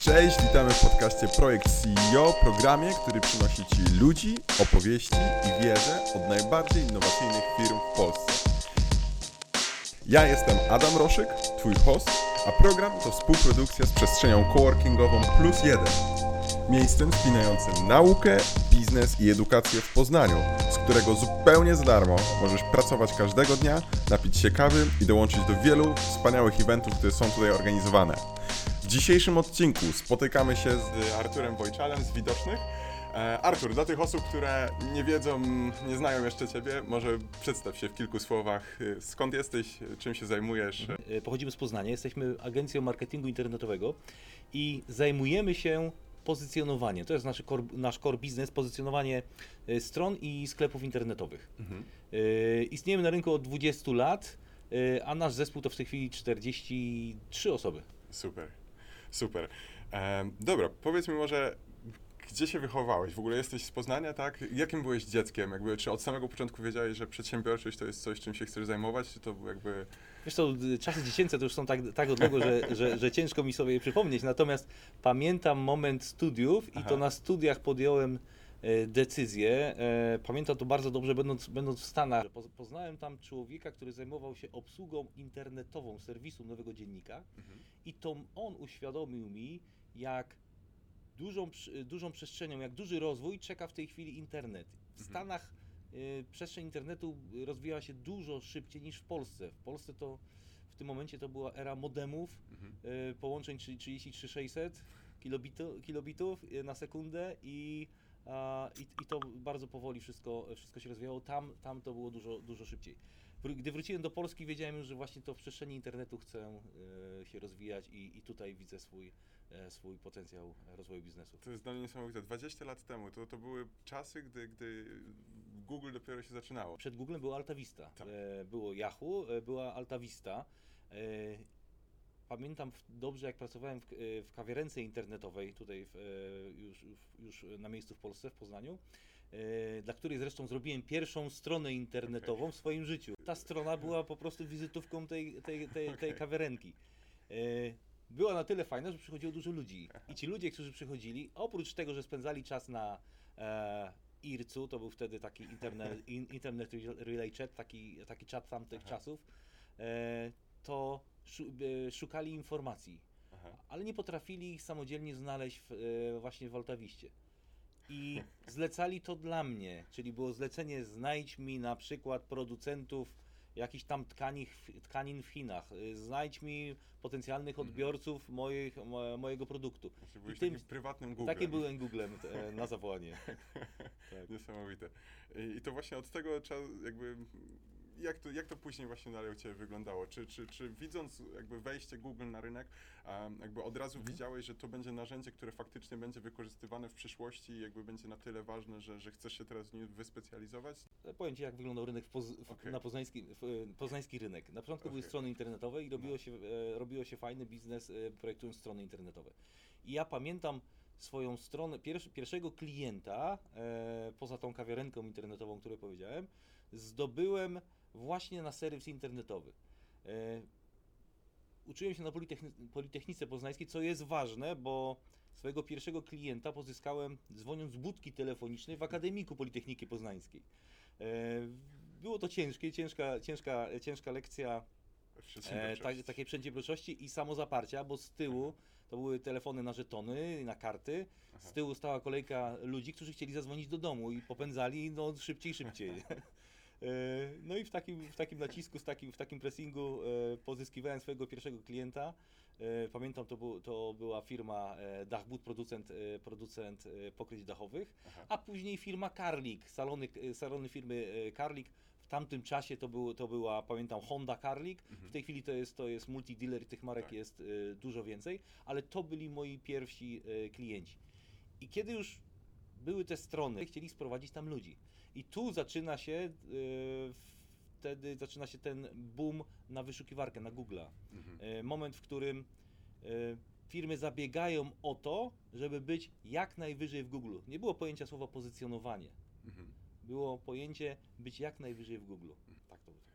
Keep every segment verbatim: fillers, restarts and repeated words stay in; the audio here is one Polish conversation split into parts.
Cześć, witamy w podcaście Projekt C E O, programie, który przynosi Ci ludzi, opowieści i wiedzę od najbardziej innowacyjnych firm w Polsce. Ja jestem Adam Roszyk, Twój host, a program to współprodukcja z przestrzenią coworkingową Plus Jeden. Miejscem spinającym naukę, biznes i edukację w Poznaniu, z którego zupełnie za darmo możesz pracować każdego dnia, napić się kawy i dołączyć do wielu wspaniałych eventów, które są tutaj organizowane. W dzisiejszym odcinku spotykamy się z Arturem Wojczalem z Widocznych. Artur, dla tych osób, które nie wiedzą, nie znają jeszcze Ciebie, może przedstaw się w kilku słowach. Skąd jesteś, czym się zajmujesz? Pochodzimy z Poznania, jesteśmy agencją marketingu internetowego i zajmujemy się pozycjonowaniem. To jest nasz core, nasz core business, pozycjonowanie stron i sklepów internetowych. Mhm. Istniejemy na rynku od dwudziestu lat, a nasz zespół to w tej chwili czterdzieści trzy osoby. Super, super. E, dobra, powiedz mi może, gdzie się wychowałeś? W ogóle jesteś z Poznania, tak? Jakim byłeś dzieckiem? Jakby, czy od samego początku wiedziałeś, że przedsiębiorczość to jest coś, czym się chcesz zajmować? Czy to jakby... Wiesz co, czasy dziecięce to już są tak, tak odległe, że, że, że ciężko mi sobie je przypomnieć. Natomiast pamiętam moment studiów i Aha. to na studiach podjąłem e, decyzję. E, pamiętam to bardzo dobrze, będąc, będąc w Stanach. Poznałem tam człowieka, który zajmował się obsługą internetową serwisu Nowego Dziennika mhm. i to on uświadomił mi, jak Dużą, dużą przestrzenią, jak duży rozwój czeka w tej chwili internet. W mhm. Stanach y, przestrzeń internetu rozwijała się dużo szybciej niż w Polsce. W Polsce to w tym momencie to była era modemów, mhm. y, połączeń trzydzieści trzy sześćset kilobitu, kilobitów na sekundę i, a, i, i to bardzo powoli wszystko, wszystko się rozwijało. Tam, tam to było dużo, dużo szybciej. Gdy wróciłem do Polski, wiedziałem już, że właśnie to w przestrzeni internetu chcę y, się rozwijać i, i tutaj widzę swój swój potencjał rozwoju biznesu. To jest dla mnie niesamowite. dwadzieścia lat temu to, to były czasy, gdy, gdy Google dopiero się zaczynało. Przed Googlem była Alta Vista. Tak. Było Yahoo, była Alta Vista. Pamiętam dobrze, jak pracowałem w, w kawiarence internetowej, tutaj w, już, już na miejscu w Polsce, w Poznaniu, dla której zresztą zrobiłem pierwszą stronę internetową okay. w swoim życiu. Ta strona była po prostu wizytówką tej, tej, tej, tej okay. kawiarenki. Była na tyle fajna, że przychodziło dużo ludzi. I ci ludzie, którzy przychodzili, oprócz tego, że spędzali czas na e, I R C-u, to był wtedy taki internet, in, internet relay chat, taki, taki czat tamtych Aha. czasów, e, to szu, e, szukali informacji, Aha. ale nie potrafili ich samodzielnie znaleźć w, e, właśnie w Altawiście. I zlecali to dla mnie, czyli było zlecenie: znajdź mi na przykład producentów jakichś tam tkanin, tkanin w Chinach, znajdź mi potencjalnych odbiorców moich, mo, mojego produktu. Znaczy, byłeś tym, takim prywatnym Googlem. Takim byłem Googlem e, na zawołanie. Tak. Niesamowite. I, I to właśnie od tego jakby, jak to, jak to później właśnie dalej u Ciebie wyglądało? Czy, czy, czy widząc jakby wejście Google na rynek, um, jakby od razu mhm. widziałeś, że to będzie narzędzie, które faktycznie będzie wykorzystywane w przyszłości i jakby będzie na tyle ważne, że, że chcesz się teraz w nim wyspecjalizować? Powiem Ci, jak wyglądał rynek w Poz w, okay. na poznański, w, poznański rynek. Na początku okay. były strony internetowe i robiło, no. się, e, robiło się fajny biznes, e, projektując strony internetowe. I ja pamiętam swoją stronę, pier pierwszego klienta, e, poza tą kawiarenką internetową, o której powiedziałem, zdobyłem właśnie na serwis internetowy. E, uczyłem się na Politechni Politechnice Poznańskiej, co jest ważne, bo swojego pierwszego klienta pozyskałem dzwoniąc z budki telefonicznej w Akademiku Politechniki Poznańskiej. E, było to ciężkie, ciężka, ciężka, ciężka lekcja e, ta, takiej przedsiębiorczości i samozaparcia, bo z tyłu to były telefony na żetony, na karty. Z tyłu stała kolejka ludzi, którzy chcieli zadzwonić do domu i popędzali no, szybciej, szybciej. No i w takim, w takim nacisku, w takim, w takim pressingu e, pozyskiwałem swojego pierwszego klienta. E, pamiętam, to, był, to była firma e, Dachbud, producent, e, producent e, pokryć dachowych, Aha. a później firma Karlik, salony, salony firmy e, Karlik. W tamtym czasie to, był, to była, pamiętam, Honda Karlik. Mhm. W tej chwili to jest, to jest multi-dealer i tych marek tak. jest e, dużo więcej, ale to byli moi pierwsi e, klienci. I kiedy już były te strony, chcieli sprowadzić tam ludzi. I tu zaczyna się, yy, wtedy zaczyna się ten boom na wyszukiwarkę, na Google'a. Mhm. Yy, moment, w którym yy, firmy zabiegają o to, żeby być jak najwyżej w Google. Nie było pojęcia słowa pozycjonowanie. Mhm. Było pojęcie być jak najwyżej w Google. Tak to było.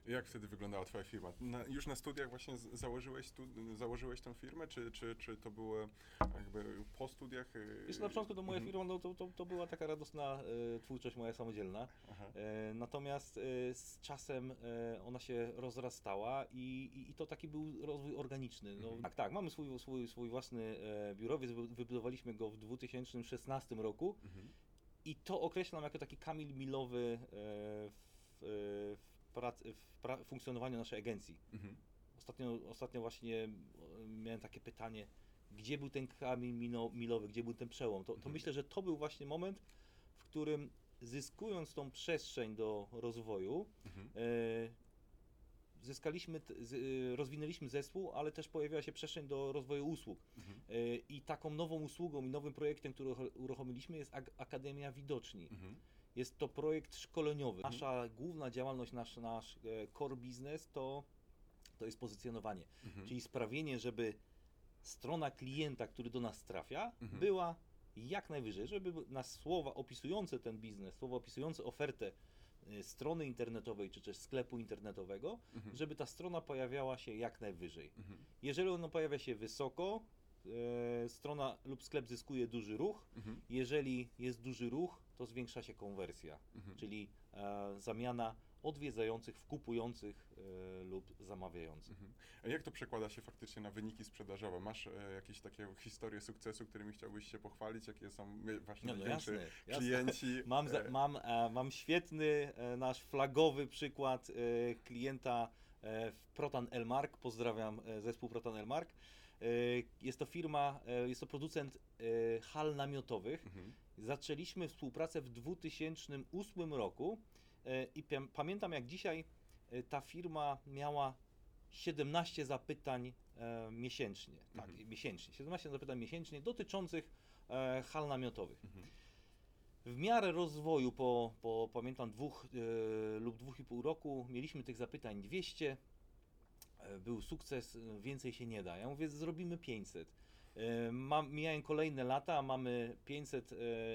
Jak wtedy wyglądała twoja firma? Na, już na studiach właśnie z- założyłeś, stu, założyłeś tą firmę, czy, czy, czy to było jakby po studiach? y, Wiesz, na początku to moja mhm. firma, no, to, to, to była taka radosna e, twórczość moja samodzielna. Aha. E, natomiast e, z czasem e, ona się rozrastała i, i, i to taki był rozwój organiczny. No, Mhm. Tak, tak, mamy swój, swój, swój własny e, biurowiec, wy- wybudowaliśmy go w dwa tysiące szesnastym roku Mhm. i to określam jako taki kamień milowy e, w, e, w, prac, w pra, funkcjonowaniu naszej agencji. Mhm. Ostatnio, ostatnio właśnie e, miałem takie pytanie, gdzie był ten kamień mino- milowy, gdzie był ten przełom. To, to Mhm. myślę, że to był właśnie moment, w którym zyskując tą przestrzeń do rozwoju, Mhm. e, zyskaliśmy, t- z, e, rozwinęliśmy zespół, ale też pojawiła się przestrzeń do rozwoju usług. Mhm. E, I taką nową usługą i nowym projektem, który urucho- uruchomiliśmy, jest Ak- Akademia Widoczni. Mhm. Jest to projekt szkoleniowy. Mhm. Nasza główna działalność, nasz, nasz e, core business to, to jest pozycjonowanie. Mhm. Czyli sprawienie, żeby strona klienta, który do nas trafia, Mhm. była jak najwyżej, żeby na słowa opisujące ten biznes, słowa opisujące ofertę y, strony internetowej czy też sklepu internetowego, Mhm. żeby ta strona pojawiała się jak najwyżej. Mhm. Jeżeli ona pojawia się wysoko, e, strona lub sklep zyskuje duży ruch. Mhm. Jeżeli jest duży ruch, to zwiększa się konwersja, Mhm. czyli e, zamiana odwiedzających w kupujących e, lub zamawiających. Mhm. A jak to przekłada się faktycznie na wyniki sprzedażowe? Masz e, jakieś takie historie sukcesu, którymi chciałbyś się pochwalić? Jakie są e, właśnie No, no największe jasne, jasne. klienci? Mam, za, e, mam, e, mam świetny e, nasz flagowy przykład e, klienta e, w Proton Elmark. Pozdrawiam e, zespół Proton Elmark. E, jest to firma, e, jest to producent e, hal namiotowych. Mhm. Zaczęliśmy współpracę w dwa tysiące ósmym roku e, i pam- pamiętam jak dzisiaj e, ta firma miała siedemnaście zapytań e, miesięcznie. Tak, Mhm. miesięcznie. siedemnaście zapytań miesięcznie dotyczących e, hal namiotowych. Mhm. W miarę rozwoju po, po pamiętam dwóch e, lub dwóch i pół roku mieliśmy tych zapytań dwieście. E, Był sukces, e, więcej się nie da. Ja mówię, zrobimy pięćset. E, Mam, mijają kolejne lata, a mamy pięćset e,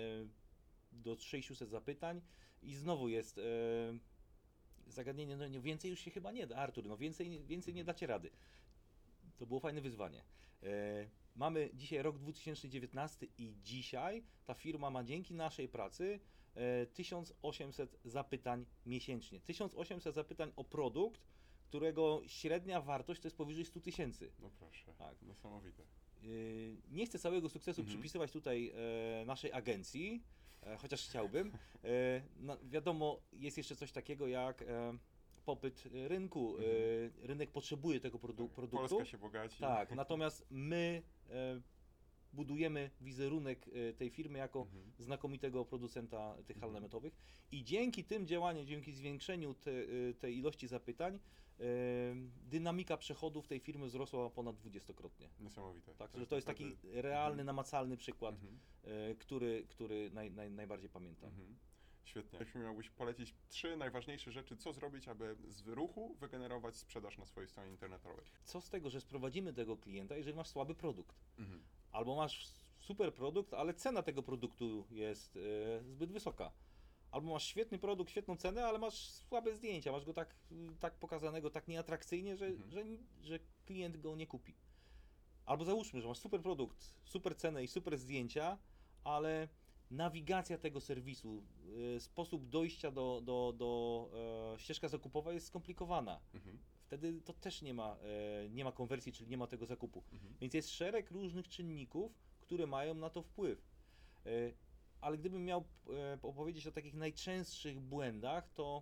do sześciuset zapytań i znowu jest e, zagadnienie, no nie, więcej już się chyba nie da, Artur, no więcej, więcej nie dacie rady. To było fajne wyzwanie. E, mamy dzisiaj rok dwa tysiące dziewiętnasty i dzisiaj ta firma ma dzięki naszej pracy e, tysiąc osiemset zapytań miesięcznie. tysiąc osiemset zapytań o produkt, którego średnia wartość to jest powyżej sto tysięcy. No proszę, Tak. niesamowite. Yy, Nie chcę całego sukcesu Mhm. przypisywać tutaj e, naszej agencji, e, chociaż chciałbym. E, no, wiadomo, jest jeszcze coś takiego jak e, popyt rynku. Mhm. E, rynek potrzebuje tego produ- Tak, produktu. Polska się bogaci. Tak, natomiast my e, budujemy wizerunek e, tej firmy jako Mhm. znakomitego producenta tych hal Mhm. namiotowych i dzięki tym działaniom, dzięki zwiększeniu te, e, tej ilości zapytań, e, dynamika przechodów tej firmy wzrosła ponad dwudziestokrotnie. Niesamowite. Tak, że to jest taki naprawdę- realny, Mhm. namacalny przykład, Mhm. e, który, który naj, naj, najbardziej pamiętam. Mhm. Świetnie. Jeśli miałbyś polecić trzy najważniejsze rzeczy, co zrobić, aby z ruchu wygenerować sprzedaż na swojej stronie internetowej? Co z tego, że sprowadzimy tego klienta, jeżeli masz słaby produkt? Mhm. Albo masz super produkt, ale cena tego produktu jest e, zbyt wysoka. Albo masz świetny produkt, świetną cenę, ale masz słabe zdjęcia, masz go tak, tak pokazanego, tak nieatrakcyjnie, że, Mhm. że, że klient go nie kupi. Albo załóżmy, że masz super produkt, super cenę i super zdjęcia, ale nawigacja tego serwisu, y, sposób dojścia do, do, do e, ścieżka zakupowa jest skomplikowana. Mhm. Wtedy to też nie ma, e, nie ma konwersji, czyli nie ma tego zakupu. Mhm. Więc jest szereg różnych czynników, które mają na to wpływ. E, Ale gdybym miał e, opowiedzieć o takich najczęstszych błędach, to,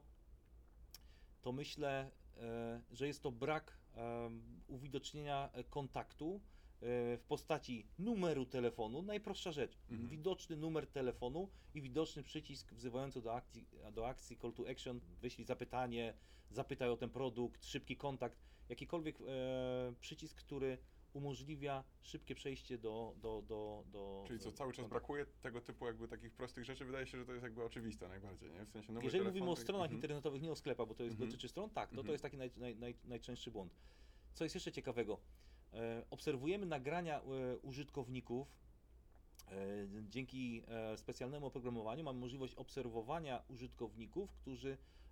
to myślę, e, że jest to brak e, uwidocznienia e, kontaktu e, w postaci numeru telefonu. Najprostsza rzecz. Mhm. Widoczny numer telefonu i widoczny przycisk wzywający do akcji, do akcji call to action. Wyślij zapytanie, zapytaj o ten produkt, szybki kontakt. Jakikolwiek e, przycisk, który umożliwia szybkie przejście do... do, do, do Czyli co, cały czas kontaktu. brakuje tego typu jakby takich prostych rzeczy. Wydaje się, że to jest jakby oczywiste najbardziej, nie? W sensie numer Jeżeli telefonu mówimy o i- stronach mhm. internetowych, nie o sklepach, bo to jest, Mhm. dotyczy stron, tak, to, to Mhm. jest taki naj, naj, naj, najczęstszy błąd. Co jest jeszcze ciekawego? E, obserwujemy nagrania e, użytkowników. E, dzięki e, specjalnemu oprogramowaniu mamy możliwość obserwowania użytkowników, którzy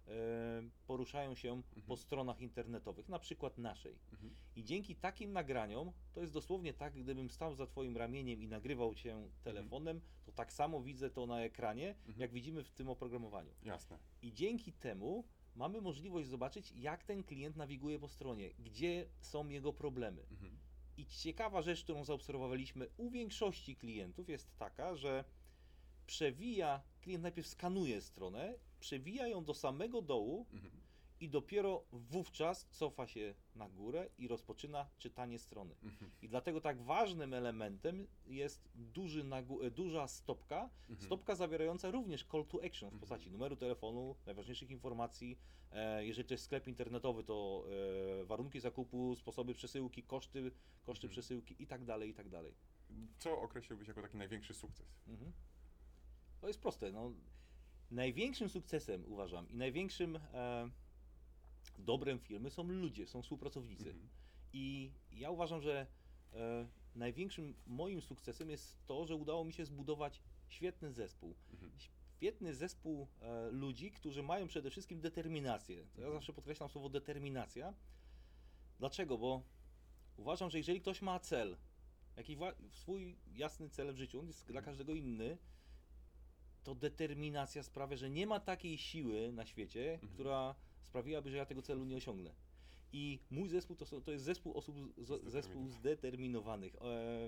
e, poruszają się Mhm. po stronach internetowych, na przykład naszej. Mhm. I dzięki takim nagraniom, to jest dosłownie tak, gdybym stał za twoim ramieniem i nagrywał cię telefonem, to tak samo widzę to na ekranie, Mhm. jak widzimy w tym oprogramowaniu. Jasne. I dzięki temu mamy możliwość zobaczyć, jak ten klient nawiguje po stronie, gdzie są jego problemy. Mhm. I ciekawa rzecz, którą zaobserwowaliśmy u większości klientów, jest taka, że przewija, klient najpierw skanuje stronę, przewija ją do samego dołu Mhm. i dopiero wówczas cofa się na górę i rozpoczyna czytanie strony. Mhm. I dlatego tak ważnym elementem jest duży nagó- duża stopka, Mhm. stopka zawierająca również call to action w Mhm. postaci numeru telefonu, najważniejszych informacji. E, jeżeli to jest sklep internetowy, to e, warunki zakupu, sposoby przesyłki, koszty, koszty Mhm. przesyłki i tak dalej, i tak dalej. Co określiłbyś jako taki największy sukces? Mhm. To jest proste. No, największym sukcesem uważam i największym e, dobrem firmy są ludzie, są współpracownicy. Mhm. I ja uważam, że e, największym moim sukcesem jest to, że udało mi się zbudować świetny zespół. Mhm. Świetny zespół e, ludzi, którzy mają przede wszystkim determinację. To ja Mhm. zawsze podkreślam słowo determinacja. Dlaczego? Bo uważam, że jeżeli ktoś ma cel, jakiś wa- swój jasny cel w życiu, on jest dla Mhm. każdego inny, to determinacja sprawia, że nie ma takiej siły na świecie, Mhm. która sprawiłaby, że ja tego celu nie osiągnę. I mój zespół to, są- to jest zespół osób, z, zespół zdeterminowanych. E,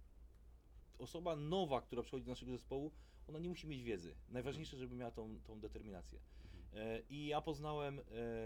osoba nowa, która przychodzi do naszego zespołu, ona nie musi mieć wiedzy. Najważniejsze, żeby miała tą, tą determinację. Mhm. E, I ja poznałem e,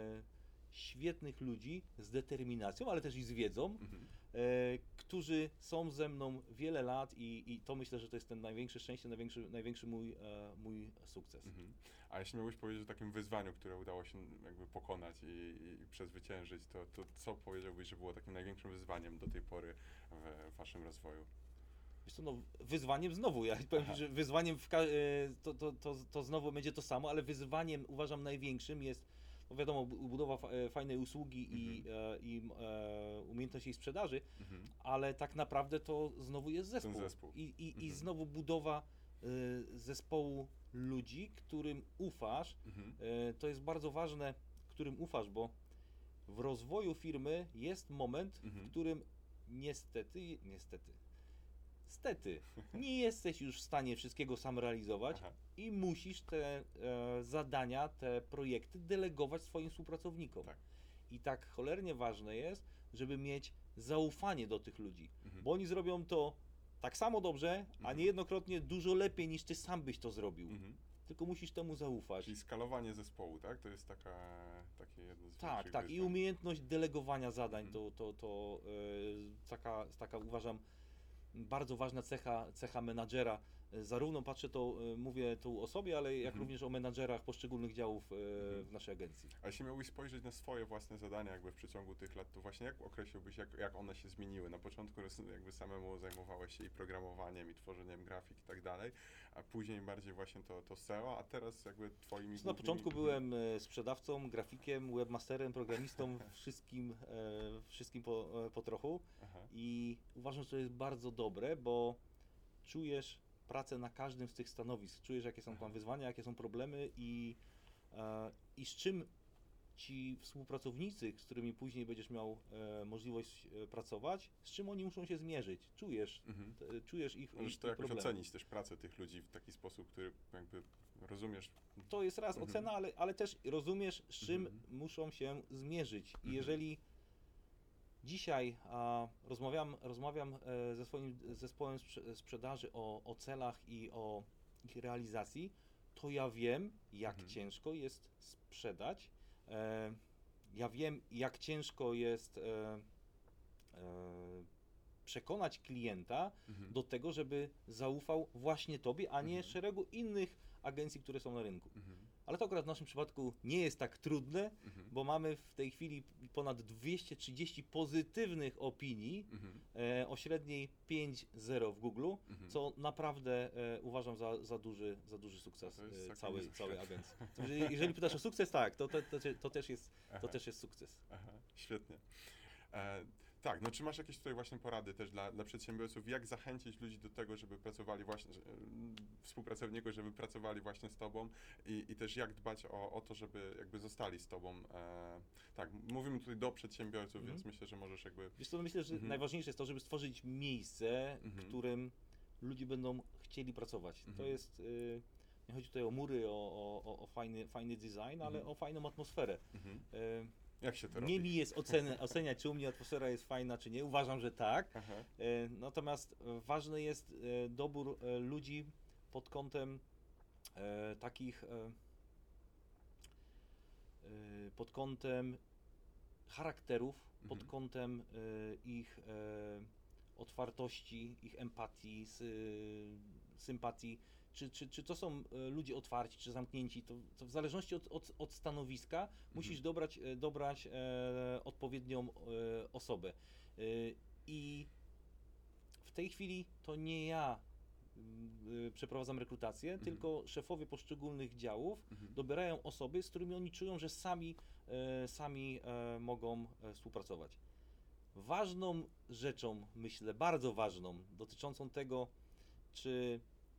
świetnych ludzi z determinacją, ale też i z wiedzą, Mhm. e, którzy są ze mną wiele lat i, i to myślę, że to jest ten największe szczęście, największy, największy mój, e, mój sukces. Mhm. A jeśli miałbyś powiedzieć o takim wyzwaniu, które udało się jakby pokonać i, i przezwyciężyć, to, to co powiedziałbyś, że było takim największym wyzwaniem do tej pory w waszym rozwoju? Wiesz co, no, wyzwaniem znowu, ja powiem ci, że wyzwaniem w ka- e, to, to, to, to znowu będzie to samo, ale wyzwaniem uważam największym jest, no wiadomo, bu- budowa fa- e, fajnej usługi i, Mhm. e, i e, umiejętność jej sprzedaży, Mhm. ale tak naprawdę to znowu jest zespół. zespół. I, i, i Mhm. znowu budowa e, zespołu ludzi, którym ufasz. Mhm. E, to jest bardzo ważne, którym ufasz, bo w rozwoju firmy jest moment, Mhm. w którym niestety, niestety, stety, nie jesteś już w stanie wszystkiego sam realizować Aha. i musisz te e, zadania, te projekty delegować swoim współpracownikom. Tak. I tak cholernie ważne jest, żeby mieć zaufanie do tych ludzi, Mhm. bo oni zrobią to tak samo dobrze, a Mhm. niejednokrotnie dużo lepiej niż ty sam byś to zrobił. Mhm. Tylko musisz temu zaufać. Czyli skalowanie zespołu, tak? To jest taka, takie jedno z Tak, większych tak. I wyzwań. umiejętność delegowania zadań Mhm. to, to, to e, taka, taka uważam bardzo ważna cecha, cecha menadżera. E, Zarówno patrzę to, e, mówię tu o sobie, ale jak Mhm. również o menadżerach poszczególnych działów e, Mhm. w naszej agencji. A jeśli miałbyś spojrzeć na swoje własne zadania jakby w przeciągu tych lat, to właśnie jak określiłbyś, jak, jak one się zmieniły? Na początku roz- jakby samemu zajmowałeś się i programowaniem, i tworzeniem grafik i tak dalej, a później bardziej właśnie to, to S E O, a teraz jakby twoimi Na głównymi- początku byłem e, sprzedawcą, grafikiem, webmasterem, programistą, wszystkim, e, wszystkim po, e, po trochu. Aha. I uważam, że to jest bardzo dobre, bo czujesz pracę na każdym z tych stanowisk, czujesz jakie są Aha. tam wyzwania, jakie są problemy i, e, i z czym ci współpracownicy, z którymi później będziesz miał e, możliwość e, pracować, z czym oni muszą się zmierzyć. Czujesz, Mhm. te, czujesz ich, Możesz ich, to ich jakoś problemy. ocenić też pracę tych ludzi w taki sposób, który jakby rozumiesz. To jest raz Mhm. ocena, ale, ale też rozumiesz, z czym Mhm. muszą się zmierzyć. I Mhm. jeżeli dzisiaj a, rozmawiam, rozmawiam e, ze swoim zespołem sprze- sprzedaży o, o celach i o ich realizacji, to ja wiem, jak Mhm. ciężko jest sprzedać. E, ja wiem, jak ciężko jest e, e, przekonać klienta Mhm. do tego, żeby zaufał właśnie tobie, a nie Mhm. szeregu innych agencji, które są na rynku. Mhm. Ale to akurat w naszym przypadku nie jest tak trudne, Mhm. bo mamy w tej chwili ponad dwieście trzydzieści pozytywnych opinii Mhm. e, o średniej pięć zero w Google, Mhm. co naprawdę e, uważam za, za, duży, za duży sukces No to jest e, całkiem całej, niezły całej świat. agencji. Także jeżeli pytasz o sukces, tak, to, to, to, to, też, jest, to Aha. też jest sukces. Aha, świetnie. E, Tak, no czy masz jakieś tutaj właśnie porady też dla, dla przedsiębiorców, jak zachęcić ludzi do tego, żeby pracowali właśnie, że, mm, współpracowników, żeby pracowali właśnie z tobą i, i też jak dbać o, o to, żeby jakby zostali z tobą. E, tak, mówimy tutaj do przedsiębiorców, Mhm. więc myślę, że możesz jakby... Wiesz co, no myślę, że Mhm. najważniejsze jest to, żeby stworzyć miejsce, w Mhm. którym ludzie będą chcieli pracować. To Mhm. jest, y, nie chodzi tutaj o mury, o, o, o- o fajny, fajny design, ale Mhm. o fajną atmosferę. Mhm. Y, Jak się to Nie robi? mi jest oceny, oceniać, czy u mnie atmosfera jest fajna, czy nie. Uważam, że tak. Aha. E, Natomiast e, ważny jest e, dobór e, ludzi pod kątem e, takich, e, e, pod kątem charakterów, pod Mhm. kątem e, ich e, otwartości, ich empatii, sy, sympatii. Czy, czy, czy to są e, ludzie otwarci, czy zamknięci, to, to w zależności od, od, od stanowiska musisz dobrać, e, dobrać e, odpowiednią e, osobę. E, I w tej chwili to nie ja y, przeprowadzam rekrutację, Mhm. tylko szefowie poszczególnych działów Mhm. dobierają osoby, z którymi oni czują, że sami, e, sami e, mogą e, współpracować. Ważną rzeczą, myślę, bardzo ważną, dotyczącą tego, czy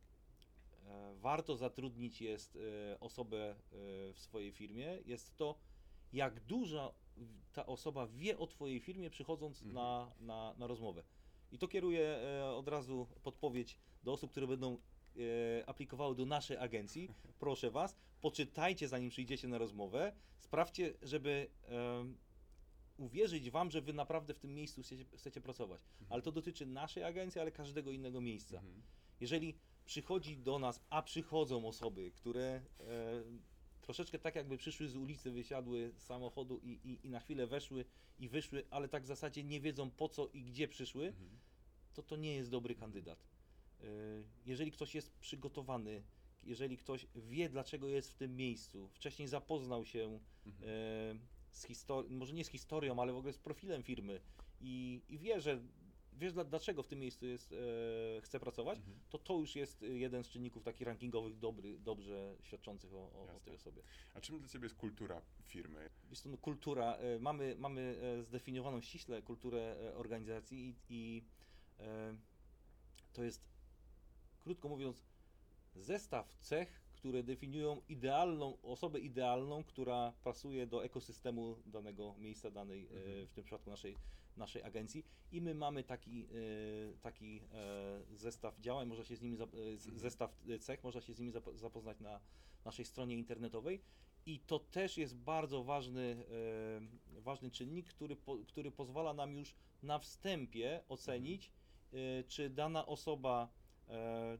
e, warto zatrudnić jest e, osobę e, w swojej firmie, jest to, jak dużo ta osoba wie o twojej firmie, przychodząc Mhm. na, na, na rozmowę. I to kieruję e, od razu podpowiedź do osób, które będą e, aplikowały do naszej agencji. Proszę was, poczytajcie, zanim przyjdziecie na rozmowę. Sprawdźcie, żeby e, uwierzyć wam, że wy naprawdę w tym miejscu chcecie, chcecie pracować. Ale to dotyczy naszej agencji, ale każdego innego miejsca. Mhm. Jeżeli przychodzi do nas, a przychodzą osoby, które e, troszeczkę tak jakby przyszły z ulicy, wysiadły z samochodu i, i, i na chwilę weszły i wyszły, ale tak w zasadzie nie wiedzą po co i gdzie przyszły, Mhm. to to nie jest dobry kandydat. E, jeżeli ktoś jest przygotowany, jeżeli ktoś wie, dlaczego jest w tym miejscu, wcześniej zapoznał się Mhm. e, z historią, może nie z historią, ale w ogóle z profilem firmy i, i wie, że wiesz dla, dlaczego w tym miejscu jest, e, chce pracować, Mhm. to to już jest e, jeden z czynników takich rankingowych dobry, dobrze świadczących o, o, o Jasne. tej osobie. A czym dla ciebie jest kultura firmy? Jest to no, kultura, e, mamy, mamy e, zdefiniowaną ściśle kulturę e, organizacji i, i e, to jest, krótko mówiąc, zestaw cech, które definiują idealną, osobę idealną, która pasuje do ekosystemu danego miejsca, danej, e, Mhm. w tym przypadku naszej, naszej agencji. I my mamy taki, e, taki e, zestaw działań, można się z nimi, zap- e, z- Mhm. zestaw cech, można się z nimi zap- zapoznać na naszej stronie internetowej. I to też jest bardzo ważny, e, ważny czynnik, który, po, który pozwala nam już na wstępie ocenić, e, czy dana osoba e,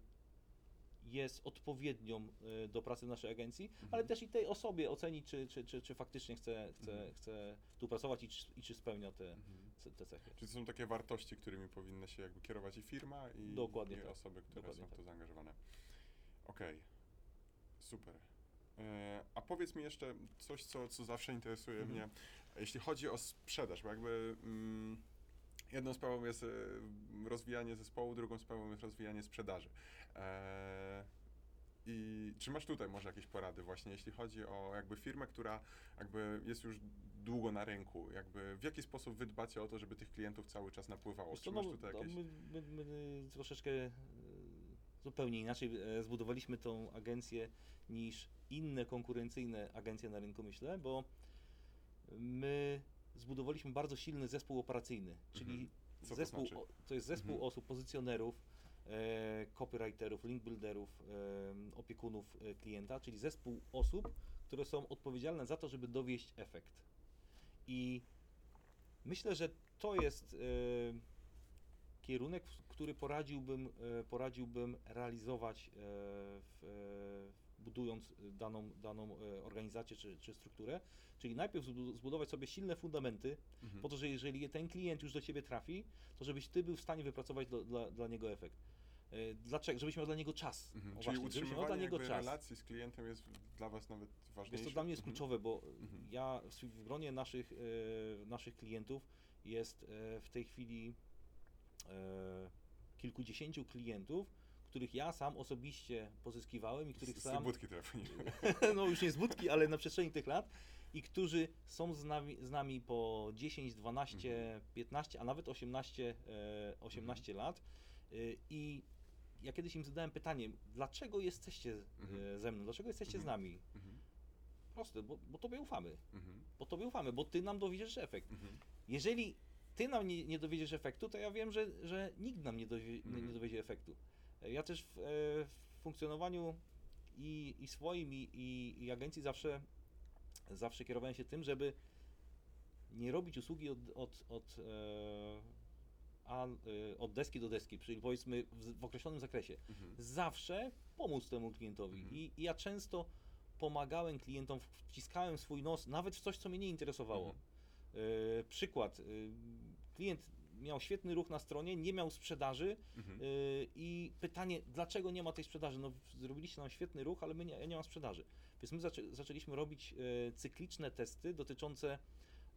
jest odpowiednią y, do pracy w naszej agencji, Mhm. ale też i tej osobie ocenić, czy, czy, czy, czy faktycznie chce, chce, Mhm. chce tu pracować i czy, i czy spełnia te, Mhm. ce- te cechy. Czy to są takie wartości, którymi powinna się jakby kierować i firma, i, Dokładnie i tak. osoby, które Dokładnie są w to tak. zaangażowane? Okej, super. E, a powiedz mi jeszcze coś, co, co zawsze interesuje Mhm. mnie, jeśli chodzi o sprzedaż, bo jakby mm, jedną sprawą jest e, rozwijanie zespołu, drugą sprawą jest rozwijanie sprzedaży. E, I czy masz tutaj może jakieś porady właśnie, jeśli chodzi o jakby firmę, która jakby jest już długo na rynku, jakby w jaki sposób wy dbacie o to, żeby tych klientów cały czas napływało? Wiesz Czy co, masz no, tutaj no, jakieś... my, my, my troszeczkę e, zupełnie inaczej e, zbudowaliśmy tą agencję niż inne konkurencyjne agencje na rynku, myślę, bo my zbudowaliśmy bardzo silny zespół operacyjny, czyli Mhm. Co to zespół, znaczy? o- to jest zespół Mhm. osób, pozycjonerów, e, copywriterów, link builderów, e, opiekunów e, klienta, czyli zespół osób, które są odpowiedzialne za to, żeby dowieść efekt. I myślę, że to jest e, kierunek, w- który poradziłbym, e, poradziłbym realizować, e, w, e, budując daną, daną e, organizację czy, czy strukturę. Czyli najpierw zbu- zbudować sobie silne fundamenty, Mhm. po to, że jeżeli ten klient już do ciebie trafi, to żebyś ty był w stanie wypracować do, dla, dla niego efekt. E, Dlaczego? Żebyś miał dla niego czas. Mhm. O Czyli właśnie, żebyś miał dla utrzymywanie niego jakby czas. relacji z klientem jest dla was nawet ważniejsze? Wiesz, to dla mnie jest Mhm. kluczowe, bo Mhm. ja w, w gronie naszych, e, naszych klientów jest e, w tej chwili e, kilkudziesięciu klientów, których ja sam osobiście pozyskiwałem i których Z, z tej sam, budki telefonicznej. no już nie z budki, ale na przestrzeni tych lat i którzy są z nami, z nami po dziesięć, dwanaście, Mhm. piętnaście, a nawet osiemnaście, e, osiemnaście Mhm. lat. Y, I ja kiedyś im zadałem pytanie, dlaczego jesteście Mhm. e, ze mną, dlaczego jesteście z Mhm. nami? Mhm. Proste, bo, bo Tobie ufamy, Mhm. bo Tobie ufamy, bo Ty nam dowiedziesz efekt. Mhm. Jeżeli Ty nam nie, nie dowiedziesz efektu, to ja wiem, że, że nikt nam nie, dowie, Mhm. nie dowiedzie efektu. Ja też w, e, w funkcjonowaniu i, i swoim, i, i, i agencji zawsze, zawsze kierowałem się tym, żeby nie robić usługi od, od, od, e, a, e, od deski do deski, czyli powiedzmy w, w określonym zakresie. Mhm. Zawsze pomóc temu klientowi. Mhm. I, I ja często pomagałem klientom, wciskałem swój nos nawet w coś, co mnie nie interesowało. Mhm. E, przykład. E, klient miał świetny ruch na stronie, nie miał sprzedaży Mhm. e, i pytanie, dlaczego nie ma tej sprzedaży? No, zrobiliście nam świetny ruch, ale my nie, ja nie mam sprzedaży. Więc my zaczę, zaczęliśmy robić e, cykliczne testy dotyczące e,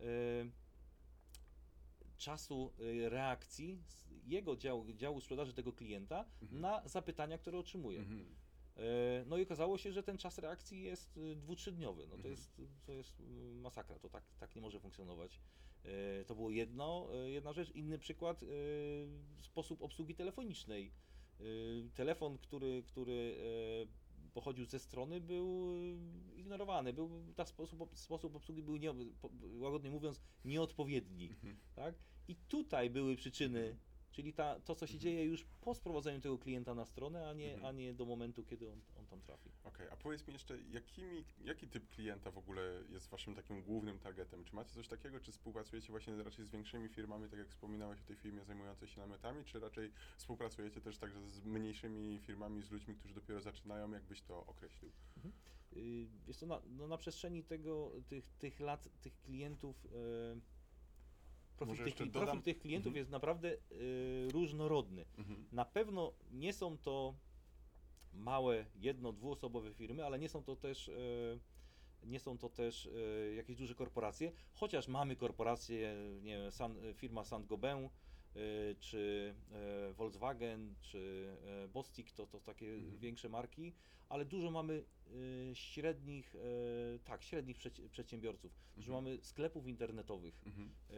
czasu e, reakcji z jego działu, działu sprzedaży tego klienta Mhm. na zapytania, które otrzymuje. Mhm. E, No i okazało się, że ten czas reakcji jest y, dwu, trzydniowy. No to Mhm. jest, to jest y, masakra, to tak, tak nie może funkcjonować. E, To było jedno, e, jedna rzecz. Inny przykład, e, sposób obsługi telefonicznej. E, Telefon, który, który e, pochodził ze strony, był e, ignorowany. Był, ta sposób, ob- sposób obsługi był, nie, po- łagodnie mówiąc, nieodpowiedni. Mhm. Tak? I tutaj były przyczyny, Mhm. czyli ta, to, co się Mhm. dzieje już po sprowadzeniu tego klienta na stronę, a nie, Mhm. a nie do momentu, kiedy on, on tam trafi. Okej, a powiedz mi jeszcze, jakimi, jaki typ klienta w ogóle jest waszym takim głównym targetem? Czy macie coś takiego, czy współpracujecie właśnie raczej z większymi firmami, tak jak wspominałeś o tej firmie zajmującej się namiotami, czy raczej współpracujecie też także z mniejszymi firmami, z ludźmi, którzy dopiero zaczynają, jakbyś to określił? Yy, Jest to na, no na przestrzeni tego, tych, tych lat, tych klientów, yy, profil, Może tych, jeszcze kli- dodam- profil tych klientów Mhm. jest naprawdę yy, różnorodny. Mhm. Na pewno nie są to małe, jedno-, dwuosobowe firmy, ale nie są to też, e, nie są to też e, jakieś duże korporacje, chociaż mamy korporacje, nie wiem, San, firma Saint-Gobain, e, czy e, Volkswagen, czy e, Bostik, to, to takie Mhm. większe marki, ale dużo mamy e, średnich, e, tak, średnich przeci- przedsiębiorców, dużo Mhm. mamy sklepów internetowych. Mhm. E,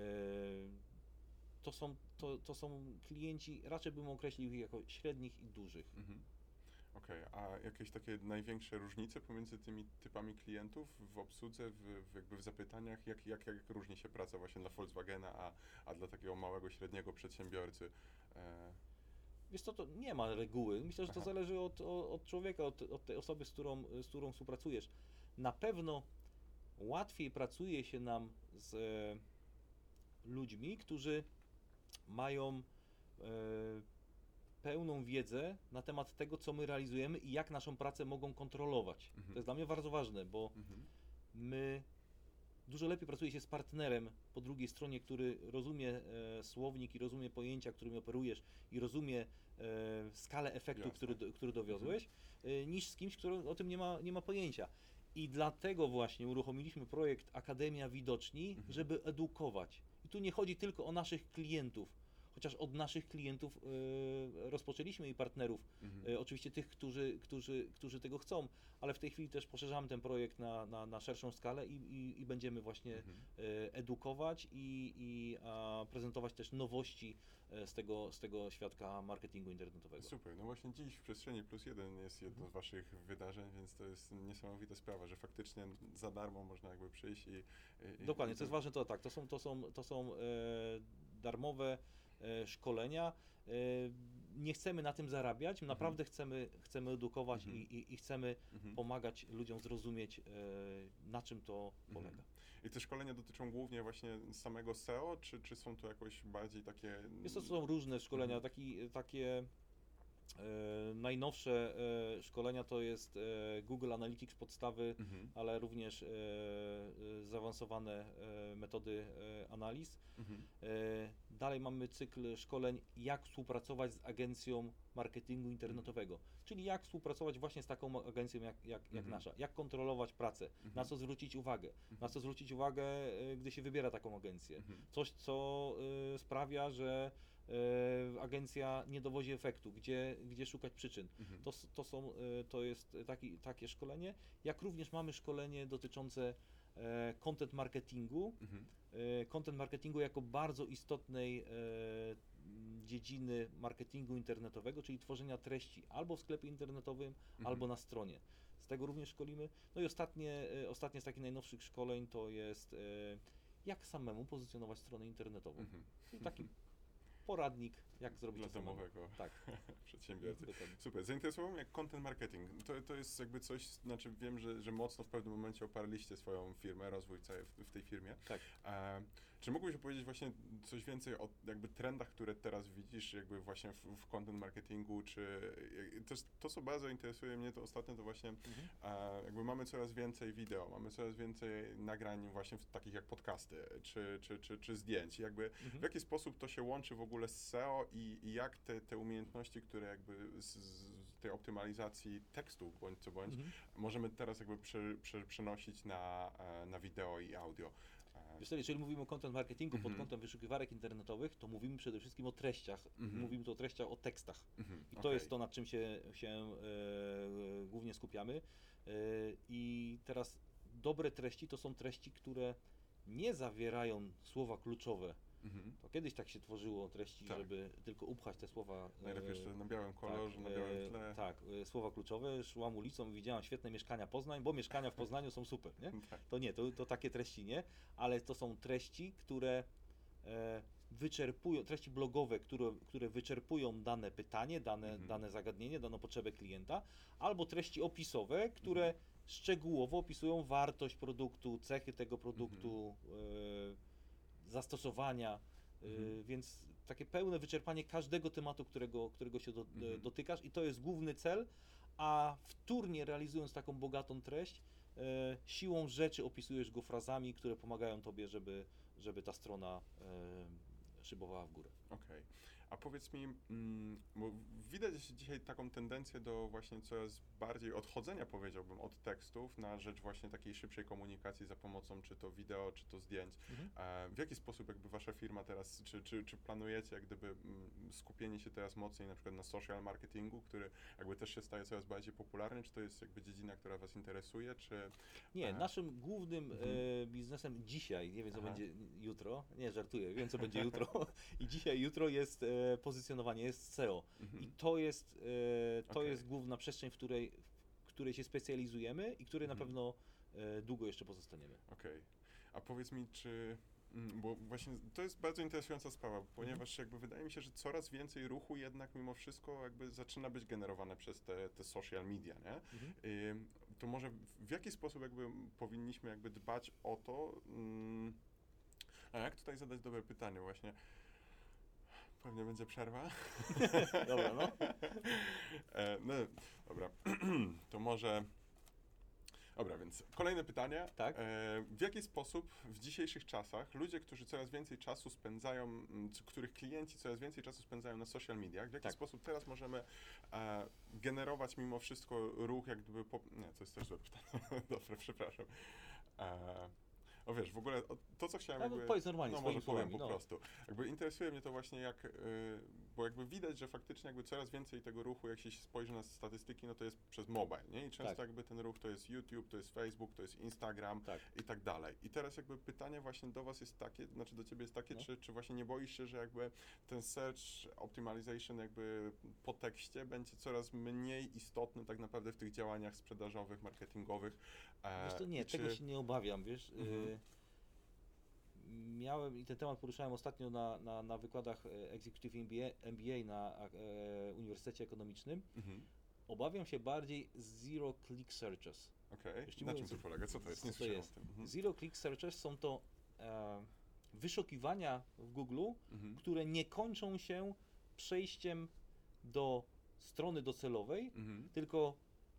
To są, to, to są klienci, raczej bym określił ich jako średnich i dużych. Mhm. Okej, a jakieś takie największe różnice pomiędzy tymi typami klientów w obsłudze, w, w jakby w zapytaniach, jak, jak, jak różni się praca właśnie dla Volkswagena, a, a dla takiego małego, średniego przedsiębiorcy? E, Wiesz co, to nie ma reguły. Myślę, że to Aha. zależy od, od, od człowieka, od, od tej osoby, z którą, z którą współpracujesz. Na pewno łatwiej pracuje się nam z e, ludźmi, którzy mają e, pełną wiedzę na temat tego, co my realizujemy i jak naszą pracę mogą kontrolować. Mhm. To jest dla mnie bardzo ważne, bo mhm. my dużo lepiej pracuje się z partnerem po drugiej stronie, który rozumie e, słownik i rozumie pojęcia, którymi operujesz i rozumie e, skalę efektu, Jasne. który, do- który dowiozłeś, e, niż z kimś, który o tym nie ma, nie ma pojęcia. I dlatego właśnie uruchomiliśmy projekt Akademia Widoczni, Mhm. żeby edukować. I tu nie chodzi tylko o naszych klientów, chociaż od naszych klientów e, rozpoczęliśmy i partnerów, Mhm. E, oczywiście tych, którzy, którzy, którzy tego chcą, ale w tej chwili też poszerzamy ten projekt na, na, na szerszą skalę i, i, i będziemy właśnie Mhm. e, edukować i, i a, prezentować też nowości e, z tego, z tego świadka marketingu internetowego. Super, no właśnie dziś w Przestrzeni Plus Jeden jest jedno z waszych wydarzeń, więc to jest niesamowita sprawa, że faktycznie za darmo można jakby przyjść i... i Dokładnie, i co jest ważne, to tak, to są, to są, to są e, darmowe e, szkolenia. E, nie chcemy na tym zarabiać, my Mhm. naprawdę chcemy, chcemy edukować Mhm. i, i, i chcemy Mhm. pomagać ludziom zrozumieć, e, na czym to Mhm. polega. I te szkolenia dotyczą głównie właśnie samego S E O, czy, czy są to jakoś bardziej takie... Jest to są różne szkolenia, Mhm. taki, takie e, najnowsze e, szkolenia to jest e, Google Analytics podstawy, Mhm. ale również e, e, zaawansowane e, metody e, analiz. Mhm. E, Dalej mamy cykl szkoleń, jak współpracować z agencją marketingu internetowego, czyli jak współpracować właśnie z taką agencją jak, jak, jak Mhm. nasza, jak kontrolować pracę, Mhm. na co zwrócić uwagę, na Mhm. co zwrócić uwagę, e, gdy się wybiera taką agencję. Mhm. Coś, co e, sprawia, że e, agencja nie dowodzi efektu, gdzie, gdzie szukać przyczyn. Mhm. To, s- to, są, e, to jest taki, takie szkolenie, jak również mamy szkolenie dotyczące e, content marketingu, Mhm. e, content marketingu jako bardzo istotnej e, dziedziny marketingu internetowego, czyli tworzenia treści albo w sklepie internetowym, Mhm. albo na stronie. Z tego również szkolimy. No i ostatnie, e, ostatnie z takich najnowszych szkoleń to jest e, jak samemu pozycjonować stronę internetową. Mhm. Czyli taki poradnik, jak zrobić Dla to samemu. domowego Tak. przedsiębiorcy. Dokładnie. Super, zainteresował mnie content marketing. To, to jest jakby coś, znaczy wiem, że, że mocno w pewnym momencie oparliście swoją firmę, rozwój cały w, w tej firmie. Tak. E, czy mógłbyś opowiedzieć właśnie coś więcej o jakby trendach, które teraz widzisz jakby właśnie w, w content marketingu, czy też to, co bardzo interesuje mnie, to ostatnio to właśnie Mhm. e, jakby mamy coraz więcej wideo, mamy coraz więcej nagrań właśnie w, takich jak podcasty, czy, czy, czy, czy zdjęć. Jakby Mhm. w jaki sposób to się łączy w ogóle z S E O i, i jak te, te umiejętności, które jakby z, z tej optymalizacji tekstu bądź co bądź, Mhm. możemy teraz jakby prze, prze, przenosić na, e, na wideo i audio. E, Wiesz co, jeżeli mówimy o content marketingu pod Mhm. kątem wyszukiwarek internetowych, to mówimy przede wszystkim o treściach. Mhm. Mówimy tu o treściach, o tekstach. mhm, I to okej. jest to, nad czym się, się e, głównie skupiamy. E, I teraz dobre treści to są treści, które nie zawierają słowa kluczowe. Mhm. To kiedyś tak się tworzyło treści, Tak. żeby tylko upchać te słowa. e, Najlepiej jeszcze na białym kolorze, tak, na białym e, tle. Tak, e, słowa kluczowe. Szłam ulicą i widziałam świetne mieszkania Poznań, bo mieszkania w Poznaniu są super, nie? Tak. To nie, to, to takie treści nie, ale to są treści, które e, wyczerpują, treści blogowe, które, które wyczerpują dane pytanie, dane, Mhm. dane zagadnienie, daną potrzebę klienta, albo treści opisowe, które Mhm. szczegółowo opisują wartość produktu, cechy tego produktu, e, zastosowania, e, Mhm. więc takie pełne wyczerpanie każdego tematu, którego, którego się do, Mhm. dotykasz i to jest główny cel, a wtórnie realizując taką bogatą treść, e, siłą rzeczy opisujesz go frazami, które pomagają tobie, żeby, żeby ta strona e, szybowała w górę. Okej. A powiedz mi, mm, bo widać dzisiaj taką tendencję do właśnie coraz bardziej odchodzenia, powiedziałbym, od tekstów na rzecz właśnie takiej szybszej komunikacji za pomocą czy to wideo, czy to zdjęć. Mhm. E, w jaki sposób jakby wasza firma teraz, czy, czy, czy planujecie jak gdyby mm, skupienie się teraz mocniej na przykład na social marketingu, który jakby też się staje coraz bardziej popularny, czy to jest jakby dziedzina, która was interesuje, czy... Nie, Aha. naszym głównym Mhm. e, biznesem dzisiaj, nie wiem co Aha. będzie jutro, nie żartuję, wiem co będzie jutro i dzisiaj, jutro jest e, pozycjonowanie, jest S E O Mhm. i to jest, e, to Okej. jest główna przestrzeń, w której, w której się specjalizujemy i której Mhm. na pewno e, długo jeszcze pozostaniemy. Okej. A powiedz mi, czy... mm, Bo właśnie to jest bardzo interesująca sprawa, ponieważ jakby wydaje mi się, że coraz więcej ruchu jednak mimo wszystko jakby zaczyna być generowane przez te, te social media, nie? Mhm. Ym, to może w, w jaki sposób jakby powinniśmy jakby dbać o to, mm, a jak tutaj zadać dobre pytanie właśnie? Pewnie będzie przerwa. Dobra, no. E, no, dobra. To może... Dobra, więc kolejne pytanie. Tak. E, w jaki sposób w dzisiejszych czasach ludzie, którzy coraz więcej czasu spędzają, m, c- których klienci coraz więcej czasu spędzają na social mediach, w jaki Tak. sposób teraz możemy e, generować mimo wszystko ruch, jak gdyby... Po... Nie, to jest też złe pytanie. Dobra, przepraszam. E, o wiesz, w ogóle o, to, co chciałem No, jakby... powiedz normalnie, No swoimi może powiem słowami, po no. prostu. Jakby interesuje mnie to właśnie jak, y, bo jakby widać, że faktycznie jakby coraz więcej tego ruchu, jak się spojrzy na statystyki, no to jest przez mobile, nie? I często Tak. jakby ten ruch to jest YouTube, to jest Facebook, to jest Instagram Tak. i tak dalej. I teraz jakby pytanie właśnie do was jest takie, znaczy do ciebie jest takie, No. czy, czy właśnie nie boisz się, że jakby ten search optimization jakby po tekście będzie coraz mniej istotny tak naprawdę w tych działaniach sprzedażowych, marketingowych? E, Wiesz to nie, i czy- tego się nie obawiam, wiesz. Mhm. Y, miałem i ten temat poruszałem ostatnio na, na, na wykładach e, Executive M B A, M B A na e, Uniwersytecie Ekonomicznym. Mhm. Obawiam się bardziej zero click searches. Okej, Już ci na mówię, czym to co- polega? Co to jest? Nie co to słyszałem jest? o tym. Mhm. Zero click searches są to e, wyszukiwania w Google, Mhm. które nie kończą się przejściem do strony docelowej, Mhm. tylko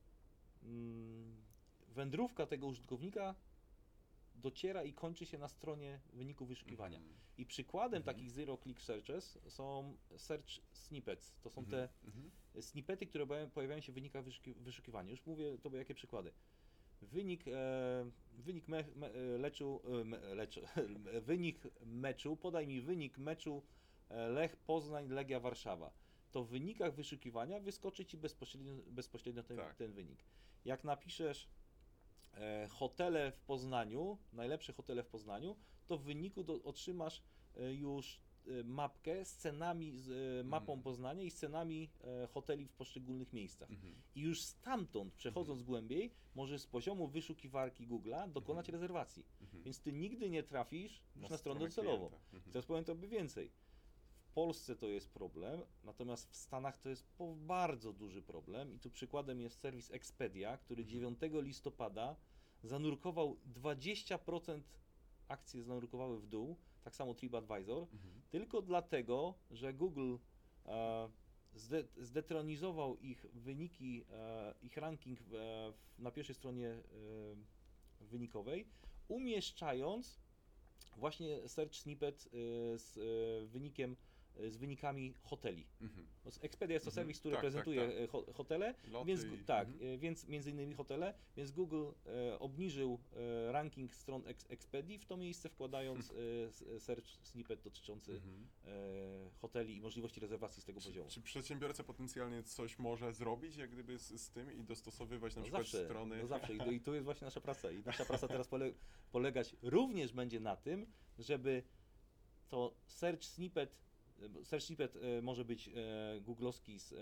mm, wędrówka tego użytkownika dociera i kończy się na stronie wyniku wyszukiwania. Mhm. I przykładem Mhm. takich zero click searches są search snippets. To są Mhm. te Mhm. snippety, które pojawiają- pojawiają się w wynikach wyszuki- wyszukiwania. Już mówię tobie jakie przykłady. Wynik, e, wynik me, me, e, leczu, e, me, leczu, wynik meczu, podaj mi wynik meczu e, Lech Poznań, Legia Warszawa. To w wynikach wyszukiwania wyskoczy ci bezpośrednio, bezpośrednio ten, Tak. ten wynik. Jak napiszesz e, hotele w Poznaniu, najlepsze hotele w Poznaniu, to w wyniku do, otrzymasz e, już e, mapkę z cenami, z e, mapą Mhm. Poznania i z cenami e, hoteli w poszczególnych miejscach. Mhm. I już stamtąd, przechodząc głębiej, możesz z poziomu wyszukiwarki Google'a dokonać Mhm. rezerwacji. Mhm. Więc ty nigdy nie trafisz już na, stronę stronę docelową. klienta. Mhm. Teraz powiem tobie więcej. W Polsce to jest problem, natomiast w Stanach to jest po bardzo duży problem i tu przykładem jest serwis Expedia, który dziewiątego listopada zanurkował dwadzieścia procent akcje zanurkowały w dół, tak samo TripAdvisor, Mhm. tylko dlatego, że Google e, zde, zdetronizował ich wyniki, e, ich ranking w, e, w, na pierwszej stronie e, wynikowej, umieszczając właśnie search snippet y, z y, wynikiem, y, z wynikami hoteli. Mhm. Bo Expedia jest to Mhm. serwis, który Tak, tak, prezentuje tak. y, ho- hotele, Loty więc, i- gu- tak, mhm. y, więc między innymi hotele, więc Google y, obniżył y, ranking stron Ex- Expedii, w to miejsce wkładając y, s- search snippet dotyczący Mhm. y, hoteli i możliwości rezerwacji z tego Czy, poziomu. czy przedsiębiorca potencjalnie coś może zrobić jak gdyby z, z tym i dostosowywać na No przykład zawsze, strony? no zawsze. I, to- I tu jest właśnie nasza praca. I nasza praca teraz pole, polegać również będzie na tym, żeby to search snippet, e, search snippet e, może być e, googlowski z, e,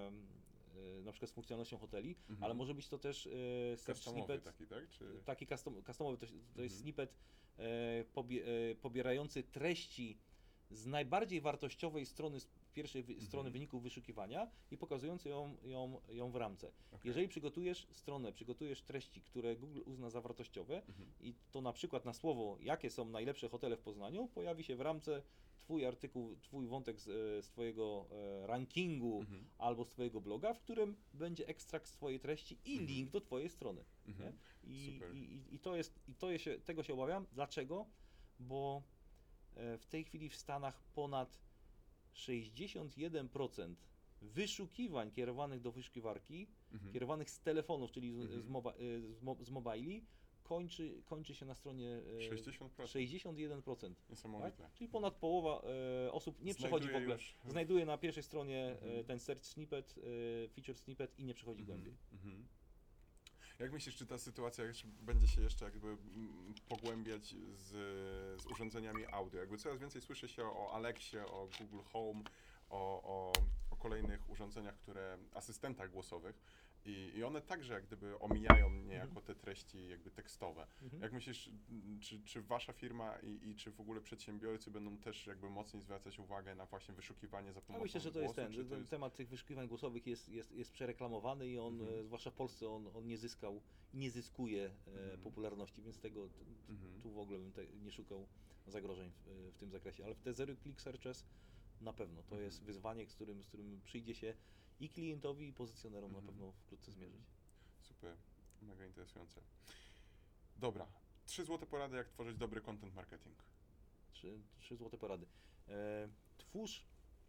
e, na przykład z funkcjonalnością hoteli, Mhm. ale może być to też e, search Customowy snippet, taki, tak? Czy... taki custom, customowy, to, to jest Mhm. snippet e, pobie, e, pobierający treści z najbardziej wartościowej strony, z pierwszej wy, Mhm. strony wyników wyszukiwania i pokazujący ją, ją, ją w ramce. Okej. Jeżeli przygotujesz stronę, przygotujesz treści, które Google uzna za wartościowe Mhm. i to na przykład na słowo, jakie są najlepsze hotele w Poznaniu, pojawi się w ramce twój artykuł, twój wątek z, e, z twojego e, rankingu Mhm. albo z twojego bloga, w którym będzie ekstrakt z twojej treści i Mhm. link do twojej strony. Mhm. Nie? I, Super. i, i- I to jest, i to jest, się- tego się obawiam. Dlaczego? Bo e, w tej chwili w Stanach ponad sześćdziesiąt jeden procent wyszukiwań kierowanych do wyszukiwarki, Mhm. kierowanych z telefonów, czyli z, Mhm. z, moba, e, z, mo, z mobili, kończy, kończy się na stronie e, sześćdziesiąt procent. sześćdziesiąt jeden procent. Niesamowite. Tak? Czyli ponad połowa e, osób nie przechodzi w Znajduje ogóle, już- znajduje na pierwszej stronie e, Mhm. ten search snippet, e, feature snippet i nie przechodzi Mhm. głębiej. Mhm. Jak myślisz, czy ta sytuacja jeszcze będzie się jeszcze jakby mm, pogłębiać z, z urządzeniami audio? Jakby coraz więcej słyszy się o Alexie, o Google Home, o, o, o kolejnych urządzeniach, które, asystentach głosowych i, i one także jak gdyby omijają niejako te treści jakby tekstowe. Mhm. Jak myślisz, m, czy, czy wasza firma i, i czy w ogóle przedsiębiorcy będą też jakby mocniej zwracać uwagę na właśnie wyszukiwanie za Ja pomocą myślę, że to jest głosu, ten, czy to ten jest... temat tych wyszukiwań głosowych jest, jest, jest przereklamowany i on, Mhm. e, zwłaszcza w Polsce, on, on nie zyskał i nie zyskuje e, Mhm. popularności, więc tego t, t, Mhm. tu w ogóle bym te, nie szukał zagrożeń w, w tym zakresie. Ale w te zero click searches na pewno to Mhm. jest wyzwanie, z którym, z którym przyjdzie się i klientowi, i pozycjonerom Mhm. na pewno wkrótce zmierzyć. Super, mega interesujące. Dobra, trzy złote porady, jak tworzyć dobry content marketing. Trzy, trzy złote porady. E, twórz.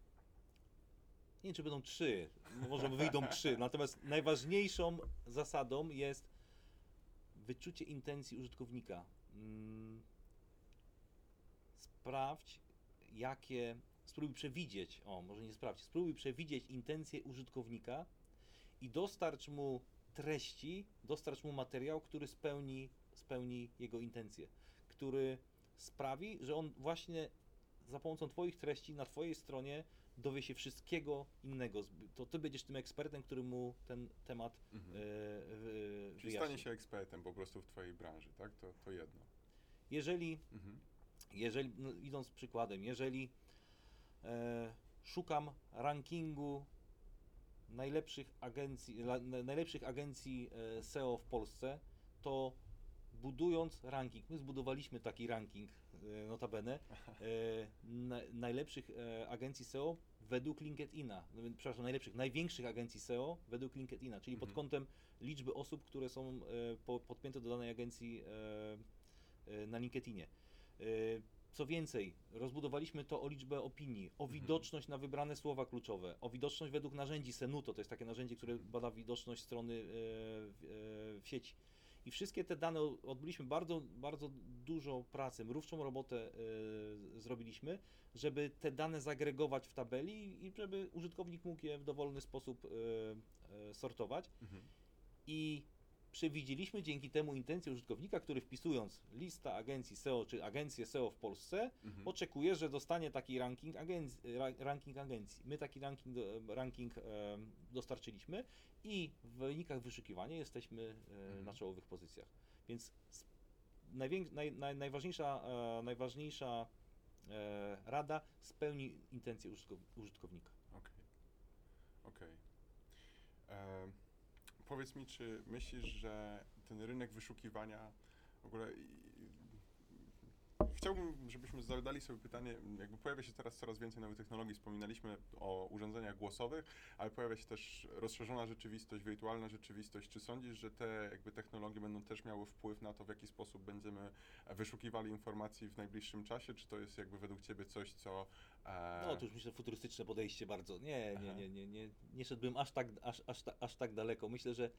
Nie wiem, czy będą trzy, może wyjdą trzy, natomiast najważniejszą zasadą jest wyczucie intencji użytkownika. Mm, Sprawdź, jakie. Spróbuj przewidzieć, o, może nie sprawdź, spróbuj przewidzieć intencje użytkownika i dostarcz mu treści, dostarcz mu materiał, który spełni, spełni jego intencje, który sprawi, że on właśnie za pomocą Twoich treści na Twojej stronie dowie się wszystkiego innego. To Ty będziesz tym ekspertem, który mu ten temat Mhm. e, e, Czyli wyjaśni. stanie się ekspertem po prostu w twojej branży, tak? To, to jedno. Jeżeli Mhm. jeżeli, no, idąc przykładem, jeżeli e, szukam rankingu najlepszych agencji, la, na- najlepszych agencji e, S E O w Polsce, to budując ranking, my zbudowaliśmy taki ranking, e, notabene, e, na, najlepszych e, agencji S E O według LinkedIna, no, przepraszam, najlepszych, największych agencji S E O według LinkedIna, czyli pod Mhm. kątem liczby osób, które są e, po, podpięte do danej agencji e, e, na LinkedInie. E, Co więcej, rozbudowaliśmy to o liczbę opinii, o Mhm. widoczność na wybrane słowa kluczowe, o widoczność według narzędzi Senuto, to jest takie narzędzie, które Mhm. bada widoczność strony e, w, e, w sieci. I wszystkie te dane o- odbyliśmy bardzo, bardzo dużo pracy, mrówczą robotę e, zrobiliśmy, żeby te dane zagregować w tabeli i żeby użytkownik mógł je w dowolny sposób e, e, sortować. Mhm. I przewidzieliśmy dzięki temu intencje użytkownika, który wpisując lista agencji S E O czy agencję S E O w Polsce, Mhm. oczekuje, że dostanie taki ranking agencji. Ra, ranking agencji. My taki ranking, do- ranking e, dostarczyliśmy i w wynikach wyszukiwania jesteśmy e, Mhm. na czołowych pozycjach. Więc s- najwięk, naj, naj, najważniejsza, e, najważniejsza e, rada spełni intencje użytkow, użytkownika. Okej. Okej. Em, Powiedz mi, czy myślisz, że ten rynek wyszukiwania w ogóle... i- Chciałbym, żebyśmy zadali sobie pytanie, jakby pojawia się teraz coraz więcej nowych technologii, wspominaliśmy o urządzeniach głosowych, ale pojawia się też rozszerzona rzeczywistość, wirtualna rzeczywistość. Czy sądzisz, że te jakby technologie będą też miały wpływ na to, w jaki sposób będziemy wyszukiwali informacji w najbliższym czasie? Czy to jest jakby według Ciebie coś, co... E... No to już myślę futurystyczne podejście bardzo. Nie, nie, Aha. nie, nie, nie, nie szedłbym aż tak, aż, aż, ta- aż tak daleko. Myślę, że,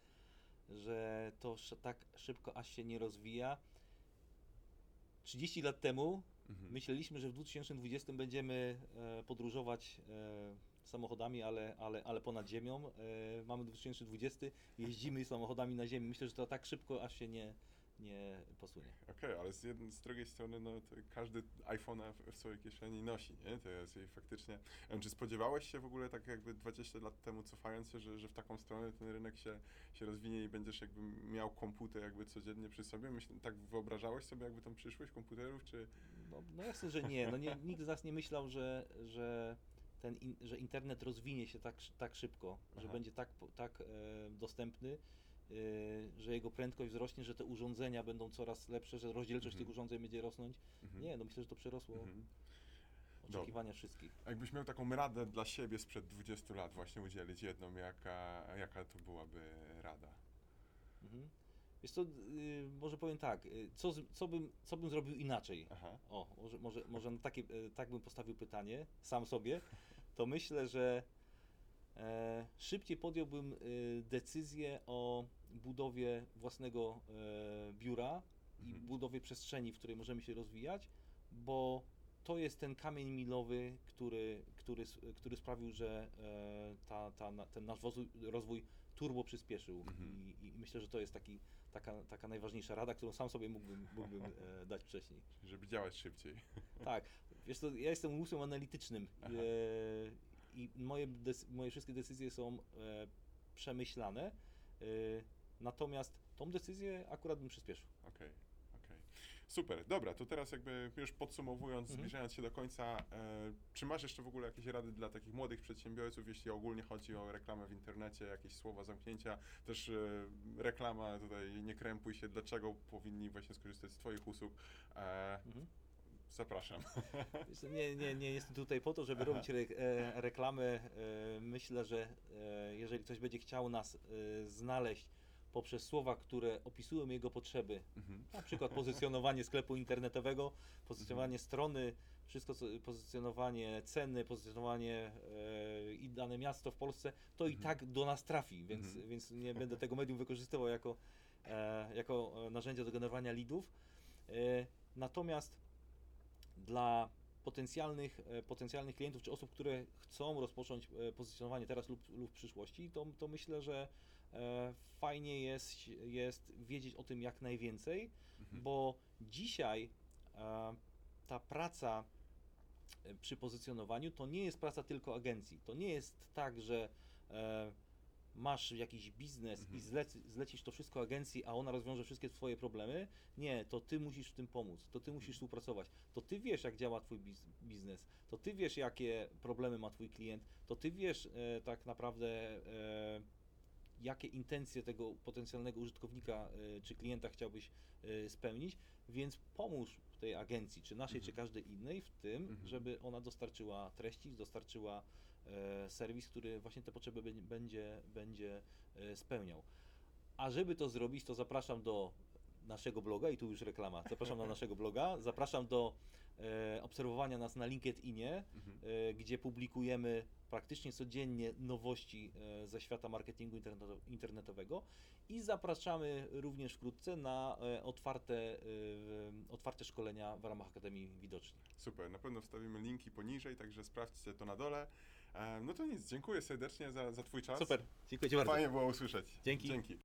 że to sz- tak szybko aż się nie rozwija. trzydzieści lat temu Mhm. myśleliśmy, że w dwa tysiące dwudziestym będziemy e, podróżować e, samochodami, ale, ale, ale ponad ziemią. E, mamy dwa tysiące dwudziesty, jeździmy samochodami na ziemi. Myślę, że to tak szybko aż się nie, nie posunie. Okej, ale z, jednej, z drugiej strony, no, to każdy iPhone'a w, w swojej kieszeni nosi, nie? To jest i faktycznie... Em, Czy spodziewałeś się w ogóle tak jakby dwadzieścia lat temu cofając się, że, że w taką stronę ten rynek się, się rozwinie i będziesz jakby miał komputer jakby codziennie przy sobie? Myśl, tak wyobrażałeś sobie jakby tą przyszłość komputerów, czy... No, no jasne, że nie. No nie. Nikt z nas nie myślał, że, że, ten in, że internet rozwinie się tak, sz- tak szybko, że Aha. będzie tak, po- tak e, dostępny, e, że jego prędkość wzrośnie, że te urządzenia będą coraz lepsze, że rozdzielczość Mhm. tych urządzeń będzie rosnąć. Mhm. Nie, no myślę, że to przerosło Mhm. oczekiwania wszystkich. A jakbyś miał taką radę dla siebie sprzed dwudziestu lat właśnie udzielić jedną, jaka, jaka to byłaby rada? Mhm. Wiesz co, y, może powiem tak, y, co, z- co, bym, co bym zrobił inaczej? Aha. O, może, może, może na takie, e, tak bym postawił pytanie sam sobie, to myślę, że e, szybciej podjąłbym e, decyzję o budowie własnego e, biura i Mhm. budowie przestrzeni, w której możemy się rozwijać, bo to jest ten kamień milowy, który, który, s- który sprawił, że e, ta, ta, na- ten nasz rozwój, rozwój turbo przyspieszył. Mhm. I, I myślę, że to jest taki, taka, taka najważniejsza rada, którą sam sobie mógłbym, mógłbym e, dać wcześniej. Żeby działać szybciej. Tak, wiesz co, ja jestem umysłem analitycznym Aha. e, i moje, dec- moje wszystkie decyzje są e, przemyślane, e, natomiast tą decyzję akurat bym przyspieszył. Okej, okej. Super, dobra, to teraz jakby już podsumowując, Mhm. zbliżając się do końca, e, czy masz jeszcze w ogóle jakieś rady dla takich młodych przedsiębiorców, jeśli ogólnie chodzi o reklamę w internecie, jakieś słowa zamknięcia, też e, reklama tutaj, nie krępuj się, dlaczego powinni właśnie skorzystać z Twoich usług? E, Mhm. Zapraszam. Wiesz co, Nie, nie, nie jestem tutaj po to, żeby Aha. robić re, e, reklamy. E, myślę, że e, jeżeli ktoś będzie chciał nas e, znaleźć poprzez słowa, które opisują jego potrzeby, Mhm. na przykład pozycjonowanie sklepu internetowego, pozycjonowanie strony, wszystko co, pozycjonowanie ceny, pozycjonowanie e, i dane miasto w Polsce, to i Mhm. tak do nas trafi, więc, Mhm. więc nie będę tego medium wykorzystywał jako, e, jako e, narzędzia do generowania leadów. E, natomiast dla potencjalnych, e, potencjalnych klientów czy osób, które chcą rozpocząć e, pozycjonowanie teraz lub, lub w przyszłości, to, to myślę, że e, fajnie jest, jest wiedzieć o tym jak najwięcej, Mhm. bo dzisiaj e, ta praca e, przy pozycjonowaniu to nie jest praca tylko agencji. To nie jest tak, że e, masz jakiś biznes Mhm. i zleci, zlecisz to wszystko agencji, a ona rozwiąże wszystkie twoje problemy. Nie, to ty musisz w tym pomóc, to ty musisz współpracować, to ty wiesz jak działa twój biz biznes, to ty wiesz jakie problemy ma twój klient, to ty wiesz e, tak naprawdę e, jakie intencje tego potencjalnego użytkownika e, czy klienta chciałbyś e, spełnić, więc pomóż tej agencji, czy naszej, Mhm. czy każdej innej w tym, Mhm. żeby ona dostarczyła treści, dostarczyła e, serwis, który właśnie te potrzeby bę- będzie, będzie e, spełniał. A żeby to zrobić, to zapraszam do naszego bloga, i tu już reklama, zapraszam do naszego bloga, zapraszam do e, obserwowania nas na LinkedInie, Mhm. e, gdzie publikujemy praktycznie codziennie nowości e, ze świata marketingu interneto- internetowego i zapraszamy również wkrótce na e, otwarte, e, otwarte szkolenia w ramach Akademii Widoczni. Super, na pewno wstawimy linki poniżej, także sprawdźcie to na dole. E, No to nic, dziękuję serdecznie za, za Twój czas. Super, dziękuję Ci bardzo. Fajnie było usłyszeć. Dzięki. Dzięki.